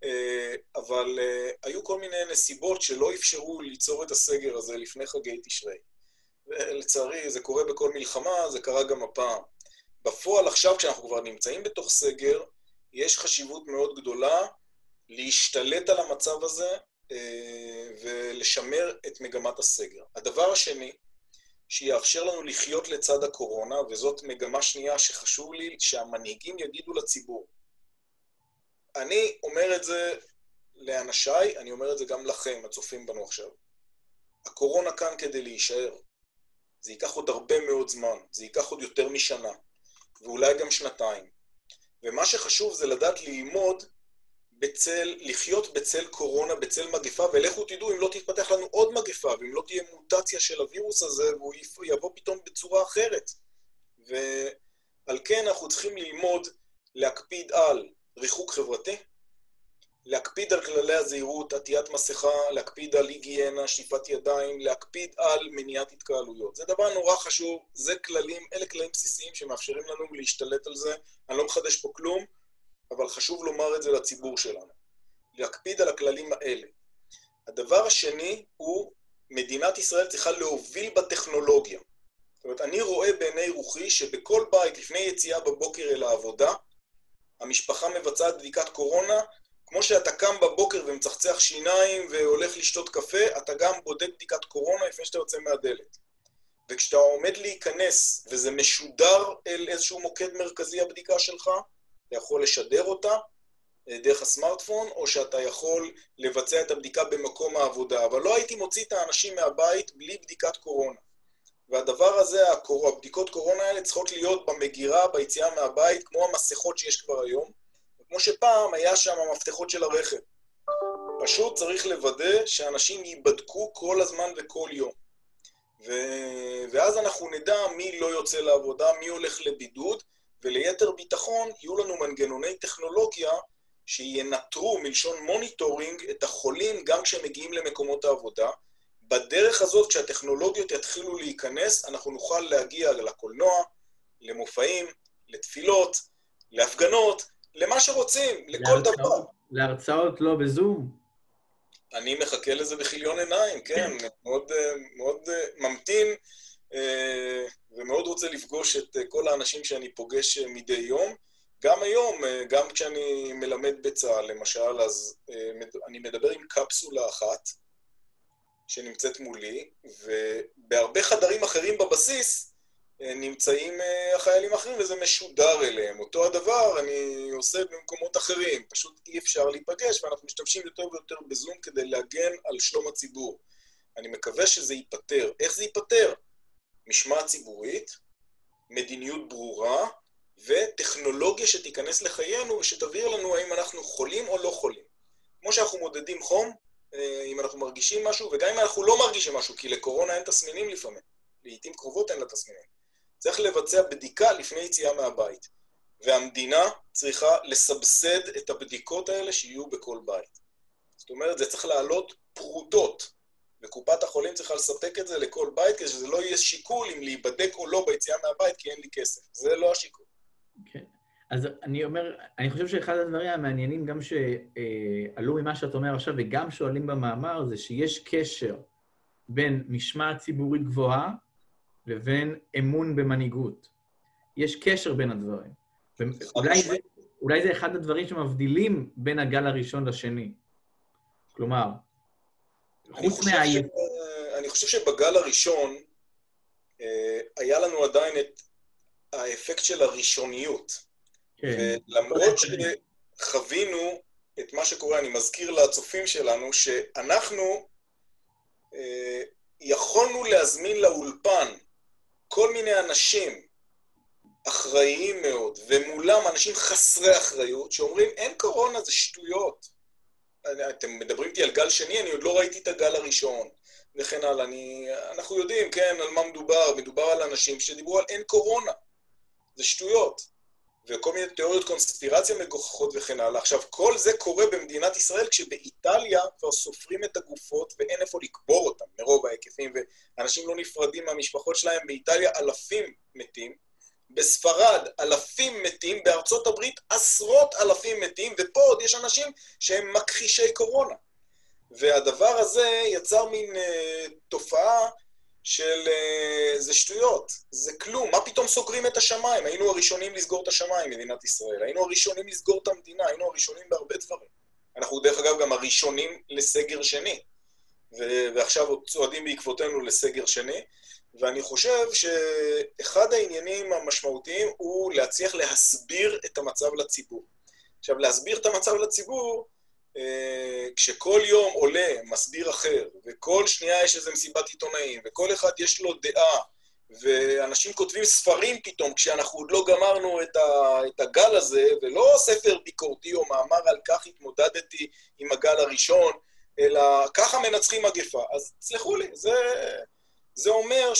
אבל היו כל מיני נסיבות שלא אפשרו ליצור את הסגר הזה לפני חגי תשרי. ולצערי, זה קורה בכל מלחמה, זה קרה גם הפעם. בפועל עכשיו, כשאנחנו כבר נמצאים בתוך סגר, יש חשיבות מאוד גדולה להשתלט על המצב הזה ולשמר את מגמת הסגר. הדבר השני, שיאפשר לנו לחיות לצד הקורונה, וזאת מגמה שנייה שחשוב לי שהמנהיגים יגידו לציבור. אני אומר את זה לאנשיי, אני אומר את זה גם לכם, הצופים בנו עכשיו. הקורונה כאן כדי להישאר. זה ייקח עוד הרבה מאוד זמן, זה ייקח עוד יותר משנה, ואולי גם שנתיים. ומה שחשוב זה לדעת ללמוד בצל, לחיות בצל קורונה, בצל מגפה, ולכו תדעו אם לא תתפתח לנו עוד מגפה, ואם לא תהיה מוטציה של הווירוס הזה, והוא יבוא פתאום בצורה אחרת. ועל כן אנחנו צריכים ללמוד להקפיד על ריחוק חברתי, להקפיד על כללי הזהירות, עטיית מסכה, להקפיד על היגיינה, שטיפת ידיים, להקפיד על מניעת התקהלויות. זה דבר נורא חשוב, זה כללים, אלה כללים בסיסיים שמאפשרים לנו להשתלט על זה. אני לא מחדש פה כלום, אבל חשוב לומר את זה לציבור שלנו. להקפיד על הכללים האלה. הדבר השני הוא, מדינת ישראל צריכה להוביל בטכנולוגיה. זאת אומרת, אני רואה בעיני רוחי שבכל בית לפני יציאה בבוקר אל העבודה, המשפחה מבצעת בדיקת קורונה, כמו שאתה קם בבוקר ומצחצח שיניים והולך לשתות קפה, אתה גם בודק בדיקת קורונה לפני שאתה יוצא מהדלת. וכשאתה עומד להיכנס וזה משודר אל איזשהו מוקד מרכזי הבדיקה שלך, אתה יכול לשדר אותה דרך הסמארטפון, או שאתה יכול לבצע את הבדיקה במקום העבודה. אבל לא הייתי מוציא את האנשים מהבית בלי בדיקת קורונה. והדבר הזה, הבדיקות קורונה האלה צריכות להיות במגירה, ביציאה מהבית, כמו המסכות שיש כבר היום, כמו שפעם היה שם המפתחות של הרכב. פשוט צריך לוודא שאנשים ייבדקו כל הזמן וכל יום. ו... ואז אנחנו נדע מי לא יוצא לעבודה, מי הולך לבידוד, וליתר ביטחון יהיו לנו מנגנוני טכנולוגיה שינטרו מלשון מוניטורינג את החולים גם כשהם מגיעים למקומות העבודה. בדרך הזאת, כשהטכנולוגיות יתחילו להיכנס, אנחנו נוכל להגיע לקולנוע, למופעים, לתפילות, להפגנות, למה שרוצים, לכל להרצאות, דבר. להרצאות לא בזום. אני מחכה לזה בחיליון עיניים, כן, מאוד, מאוד ממתין ומאוד רוצה לפגוש את כל האנשים שאני פוגש מדי יום. גם היום, גם כשאני מלמד בצה"ל, למשל, אז אני מדבר עם קפסולה אחת שנמצאת מולי, ובהרבה חדרים אחרים בבסיס נמצאים החיילים אחרים, וזה משודר אליהם. אותו הדבר אני עושה במקומות אחרים, פשוט אי אפשר להיפגש, ואנחנו משתמשים יותר ויותר בזום כדי להגן על שלום הציבור. אני מקווה שזה ייפטר. איך זה ייפטר? משמעת ציבורית, מדיניות ברורה, וטכנולוגיה שתיכנס לחיינו ושתבהיר לנו האם אנחנו חולים או לא חולים. כמו שאנחנו מודדים חום, אם אנחנו מרגישים משהו, וגם אם אנחנו לא מרגישים משהו, כי לקורונה אין תסמינים לפעמים, לעתים קרובות אין לה תסמינים. צריך לבצע בדיקה לפני יציאה מהבית, והמדינה צריכה לסבסד את הבדיקות האלה שיהיו בכל בית. זאת אומרת, זה צריך לעלות פרוטות, וקופת החולים צריכה לספק את זה לכל בית, כדי שזה לא יהיה שיקול אם להיבדק או לא ביציאה מהבית, כי אין לי כסף. זה לא השיקול. כן. אז אני אומר, אני חושב שאחד הדברים המעניינים גם שעלו ממה שאת אומר עכשיו, וגם שואלים במאמר, זה שיש קשר בין משמעת ציבורית גבוהה, לבין אמון במנהיגות. יש קשר בין הדברים. אולי זה, אולי זה אחד הדברים שמבדילים בין הגל הראשון לשני. כלומר, חוץ מה... ש... אני חושב שבגל הראשון היה לנו עדיין את האפקט של הראשוניות. כן. ולמרות שחווינו את מה שקורה, אני מזכיר לצופים שלנו, שאנחנו יכולנו להזמין לאולפן כל מיני אנשים אחראיים מאוד, ומולם אנשים חסרי אחריות, שאומרים, אין קורונה, זה שטויות. אתם מדברים איתי על גל שני, אני עוד לא ראיתי את הגל הראשון, וכן הלאה. אני, אנחנו יודעים, כן, על מה מדובר, מדובר על אנשים שדיברו על אין קורונה, זה שטויות, וכל מיני תיאוריות קונספירציה מגוחכות וכן הלאה. עכשיו, כל זה קורה במדינת ישראל, כשבאיטליה כבר סופרים את הגופות, ואין איפה לקבור אותם, מרוב ההיקפים, ואנשים לא נפרדים מהמשפחות שלהם, באיטליה אלפים מתים, בספרד אלפים מתים, בארצות הברית עשרות אלפים מתים, ופה עוד יש אנשים שהם מכחישי קורונה. והדבר הזה יצר מין אה, תופעה של אה, זה שטויות, זה כלום. מה פתאום סוגרים את השמיים? היינו הראשונים לסגור את השמיים, מדינת ישראל. היינו הראשונים לסגור את המדינה, היינו הראשונים בהרבה דברים. אנחנו דרך אגב גם הראשונים לסגר שני, ו- ועכשיו עוד צועדים בעקבותינו לסגר שני. ואני חושב שאחד העניינים המשמעותיים הוא להצליח להסביר את המצב לציבור. עכשיו, להסביר את המצב לציבור, כשכל יום עולה מסביר אחר, וכל שנייה יש איזו מסיבת עיתונאים, וכל אחד יש לו דעה, ואנשים כותבים ספרים פתאום, כשאנחנו עוד לא גמרנו את, ה, את הגל הזה, ולא ספר ביקורתי או מאמר על כך התמודדתי עם הגל הראשון, אלא ככה מנצחים מגפה. אז סלחו לי, זה... זה אומר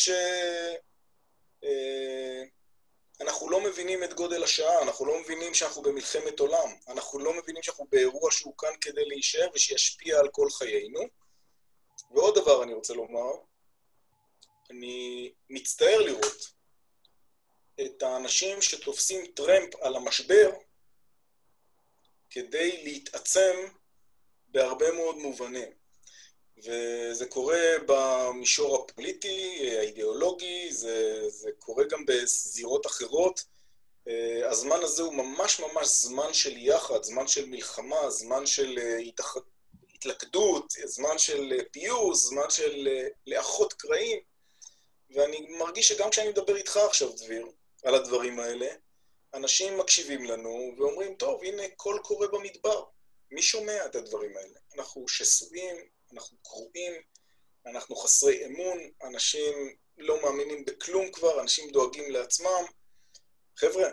שאנחנו לא מבינים את גודל השעה, אנחנו לא מבינים שאנחנו במלחמת עולם, אנחנו לא מבינים שאנחנו באירוע שהוא כאן כדי להישאר ושישפיע על כל חיינו. ועוד דבר אני רוצה לומר, אני מצטער לראות את האנשים שתופסים טרמפ על המשבר כדי להתעצם בהרבה מאוד מובנים. וזה קורה במישור הפוליטי, האידיאולוגי, זה, זה קורה גם בזירות אחרות. הזמן הזה הוא ממש ממש זמן של יחד, זמן של מלחמה, זמן של התאח... התלכדות, זמן של פיוס, זמן של לאחות קרעים. ואני מרגיש שגם כשאני מדבר איתך עכשיו, דביר, על הדברים האלה, אנשים מקשיבים לנו ואומרים, טוב, הנה כל קורה במדבר. מי שומע את הדברים האלה? אנחנו שסועים, אנחנו קרועים, אנחנו חסרי אמון, אנשים לא מאמינים בכלום כבר, אנשים דואגים לעצמם. חבר'ה,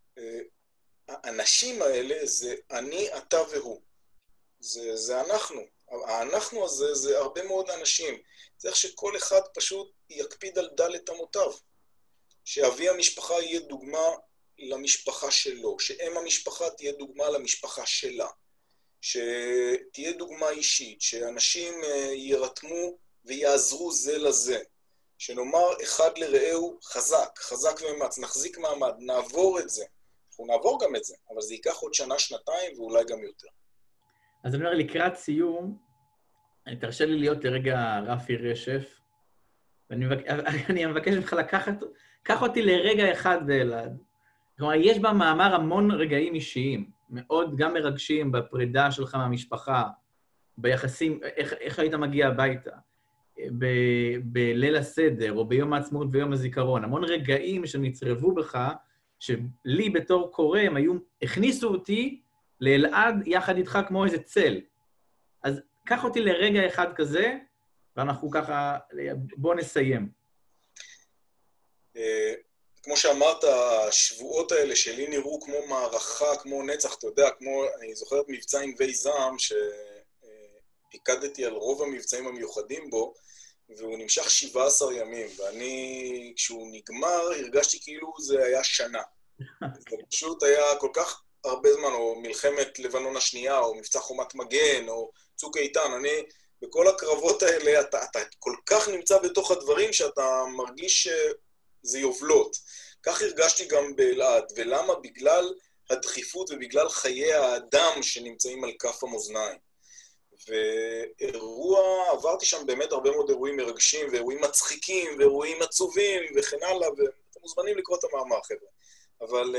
האנשים האלה זה אני, אתה והוא. זה, זה אנחנו. האנחנו הזה זה הרבה מאוד אנשים. זה איך שכל אחד פשוט יקפיד על דלת אמותיו. שאבי המשפחה יהיה דוגמה למשפחה שלו, שאם המשפחה תהיה דוגמה למשפחה שלה. שתהיה דוגמה אישית, שאנשים ירתמו ויעזרו זה לזה, שנאמר אחד לרעהו חזק, חזק ומאמץ, נחזיק מעמד, נעבור את זה, אנחנו נעבור גם את זה, אבל זה ייקח עוד שנה, שנתיים ואולי גם יותר. אז אני אומר, לקראת סיום, תרשה לי להיות לרגע רפי רשף, ואני מבק... אני מבקש ממך לקחת, קח אותי לרגע אחד באלעד. כלומר, יש במאמר המון רגעים אישיים, מאוד גם מרגשים בפרידה שלך מהמשפחה, ביחסים, איך, איך היית מגיע הביתה, ב, בליל הסדר, או ביום העצמאות ויום הזיכרון, המון רגעים שנצרבו בך, שלי בתור קורא, הם היו, הכניסו אותי לאלעד יחד איתך כמו איזה צל. אז קח אותי לרגע אחד כזה, ואנחנו ככה, בוא נסיים. כמו שאמרת, השבועות האלה שלי נראו כמו מערכה, כמו נצח, אתה יודע, כמו, אני זוכר את מבצע ענבי זעם, שפיקדתי על רוב המבצעים המיוחדים בו, והוא נמשך שבעה עשר ימים, ואני, כשהוא נגמר, הרגשתי כאילו זה היה שנה. זה פשוט היה כל כך הרבה זמן, או מלחמת לבנון השנייה, או מבצע חומת מגן, או צוק איתן. אני, בכל הקרבות האלה, אתה, אתה כל כך נמצא בתוך הדברים, שאתה מרגיש שזה יובלות. כך הרגשתי גם באלעד, ולמה? בגלל הדחיפות ובגלל חיי האדם שנמצאים על כף המאזניים. ואירוע, עברתי שם באמת הרבה מאוד אירועים מרגשים, ואירועים מצחיקים, ואירועים עצובים, וכן הלאה, ואתם מוזמנים לקרוא את המאמר, חבר'ה. אבל,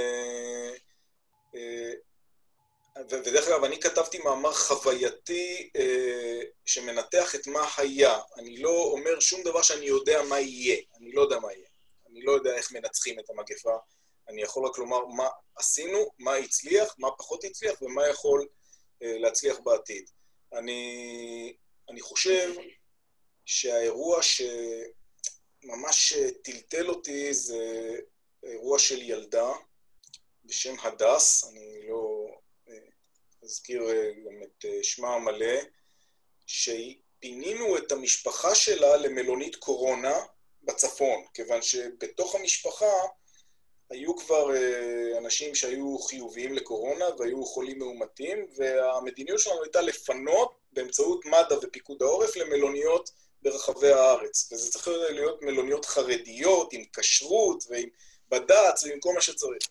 ודרך אגב, אני כתבתי מאמר חווייתי שמנתח את מה היה. אני לא אומר שום דבר שאני יודע מה יהיה. אני לא יודע מה יהיה. אני לא יודע איך מנצחים את המגפה. אני יכול רק לומר מה עשינו, מה הצליח, מה פחות הצליח, ומה יכול להצליח בעתיד. אני, אני חושב שהאירוע שממש טלטל אותי זה אירוע של ילדה בשם הדס, אני לא אזכיר גם את שמה המלא, שפינינו את המשפחה שלה למלונית קורונה בצפון, כיוון שבתוך המשפחה היו כבר אנשים שהיו חיוביים לקורונה והיו חולים מאומתים, והמדיניות שלנו הייתה לפנות באמצעות מד"א ופיקוד העורף למלוניות ברחבי הארץ. וזה צריך להיות מלוניות חרדיות, עם כשרות ועם בד"ץ ועם כל מה שצריך.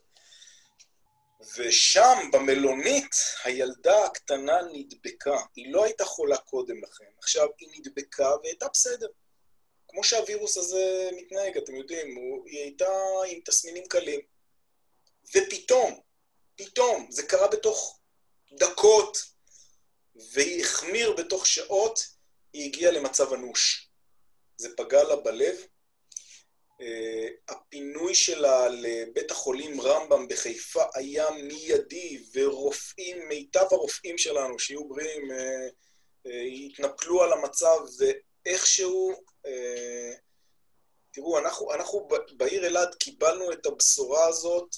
ושם במלונית הילדה הקטנה נדבקה. היא לא הייתה חולה קודם לכן. עכשיו היא נדבקה והייתה בסדר. כמו שהווירוס הזה מתנהג, אתם יודעים, הוא, היא הייתה עם תסמינים קלים. ופתאום, פתאום, זה קרה בתוך דקות, והיא החמיר בתוך שעות, היא הגיעה למצב אנוש. זה פגע לה בלב. Uh, הפינוי שלה לבית החולים רמב"ם בחיפה היה מיידי, ורופאים, מיטב הרופאים שלנו, שיהיו בריאים, uh, uh, התנפלו על המצב, ואיכשהו, uh, תראו, אנחנו, אנחנו בעיר אלעד קיבלנו את הבשורה הזאת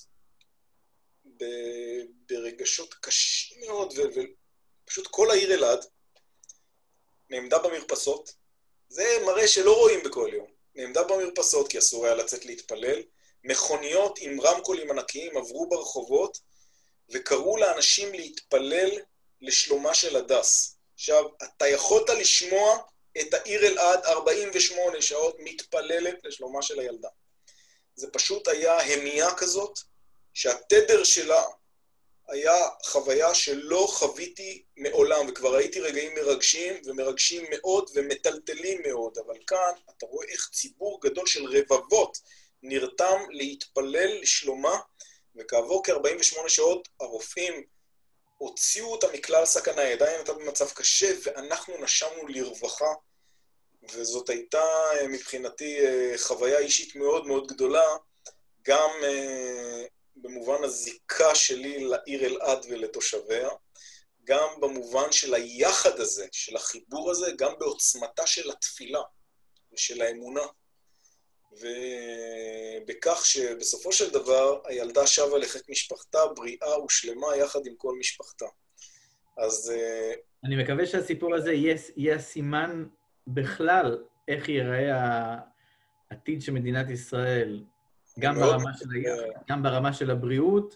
ב- ברגשות קשים מאוד, ו- ופשוט כל העיר אלעד נעמדה במרפסות. זה מראה שלא רואים בכל יום. נעמדה במרפסות, כי אסור היה לצאת להתפלל, מכוניות עם רמקולים ענקיים עברו ברחובות, וקראו לאנשים להתפלל לשלומה של הדס. עכשיו, אתה יכולת לשמוע את העיר אלעד ארבעים ושמונה שעות מתפללת לשלומה של הילדה. זה פשוט היה המייה כזאת, שהתדר שלה היה חוויה שלא חוויתי מעולם, וכבר ראיתי רגעים מרגשים, ומרגשים מאוד, ומטלטלים מאוד, אבל כאן אתה רואה איך ציבור גדול של רבבות נרתם להתפלל לשלומה, וכעבור כ-ארבעים ושמונה שעות הרופאים הוציאו אותה מכלל סכנה, עדיין הייתה במצב קשה, ואנחנו נשמנו לרווחה, וזאת הייתה מבחינתי חוויה אישית מאוד מאוד גדולה, גם במובן הזיקה שלי לעיר אלעד ולתושביה, גם במובן של היחד הזה, של החיבור הזה, גם בעוצמתה של התפילה ושל האמונה. ובכך שבסופו של דבר הילדה שבה לחיק משפחתה, בריאה ושלמה יחד עם כל משפחתה. אז אני מקווה שהסיפור הזה יהיה, יהיה סימן בכלל איך ייראה העתיד של מדינת ישראל, גם ברמה של, גם ברמה של הבריאות.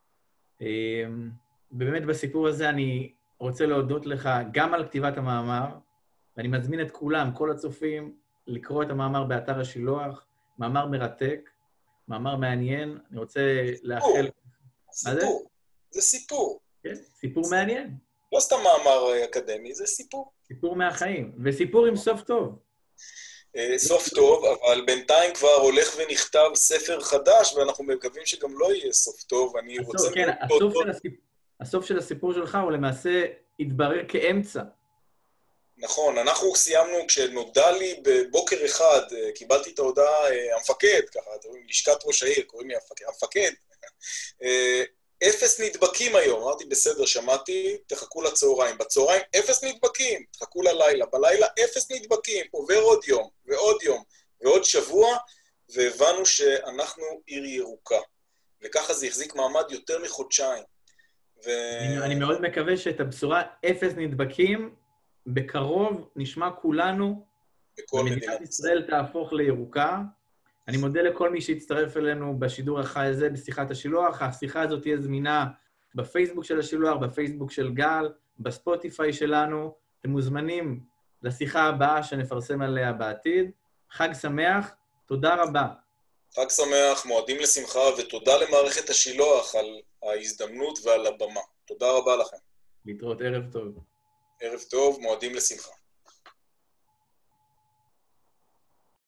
באמת בסיפור הזה אני רוצה להודות לך גם על כתיבת המאמר, ואני מזמין את כולם, כל הצופים, לקרוא את המאמר באתר השילוח, מאמר מרתק, מאמר מעניין. אני רוצה לאחל... סיפור, זה סיפור. כן, סיפור מעניין. לא סתם מאמר אקדמי, זה סיפור. סיפור מהחיים, וסיפור עם סוף טוב. סוף טוב, אבל בינתיים כבר הולך ונכתב ספר חדש, ואנחנו מקווים שגם לא יהיה סוף טוב. אני רוצה... כן, הסוף של הסיפור, הסוף של הסיפור שלך הוא למעשה התברר כאמצע. נכון, אנחנו סיימנו, כשנודע לי בבוקר אחד, קיבלתי את ההודעה, המפקד, ככה, לשכת ראש העיר, קוראים לי המפקד, המפקד, אפס נדבקים היום. אמרתי, בסדר, שמעתי, תחכו לצהריים. בצהריים, אפס נדבקים, תחכו ללילה. בלילה, אפס נדבקים. עובר עוד יום, ועוד יום, ועוד שבוע, והבנו שאנחנו עיר ירוקה, וככה זה החזיק מעמד יותר מחודשיים. ו... אני, אני מאוד מקווה שאת הבשורה אפס נדבקים, בקרוב נשמע כולנו, ומדינת ישראל תהפוך לירוקה. אני מודה לכל מי שהצטרף אלינו בשידור החי הזה, בשיחת השילוח. השיחה הזאת תהיה זמינה בפייסבוק של השילוח, בפייסבוק של גל, בספוטיפיי שלנו. אתם מוזמנים לשיחה הבאה שנפרסם עליה בעתיד. חג שמח, תודה רבה. חג שמח, מועדים לשמחה, ותודה למערכת השילוח על ההזדמנות ועל הבמה. תודה רבה לכם. להתראות, ערב טוב. ערב טוב, מועדים לשמחה.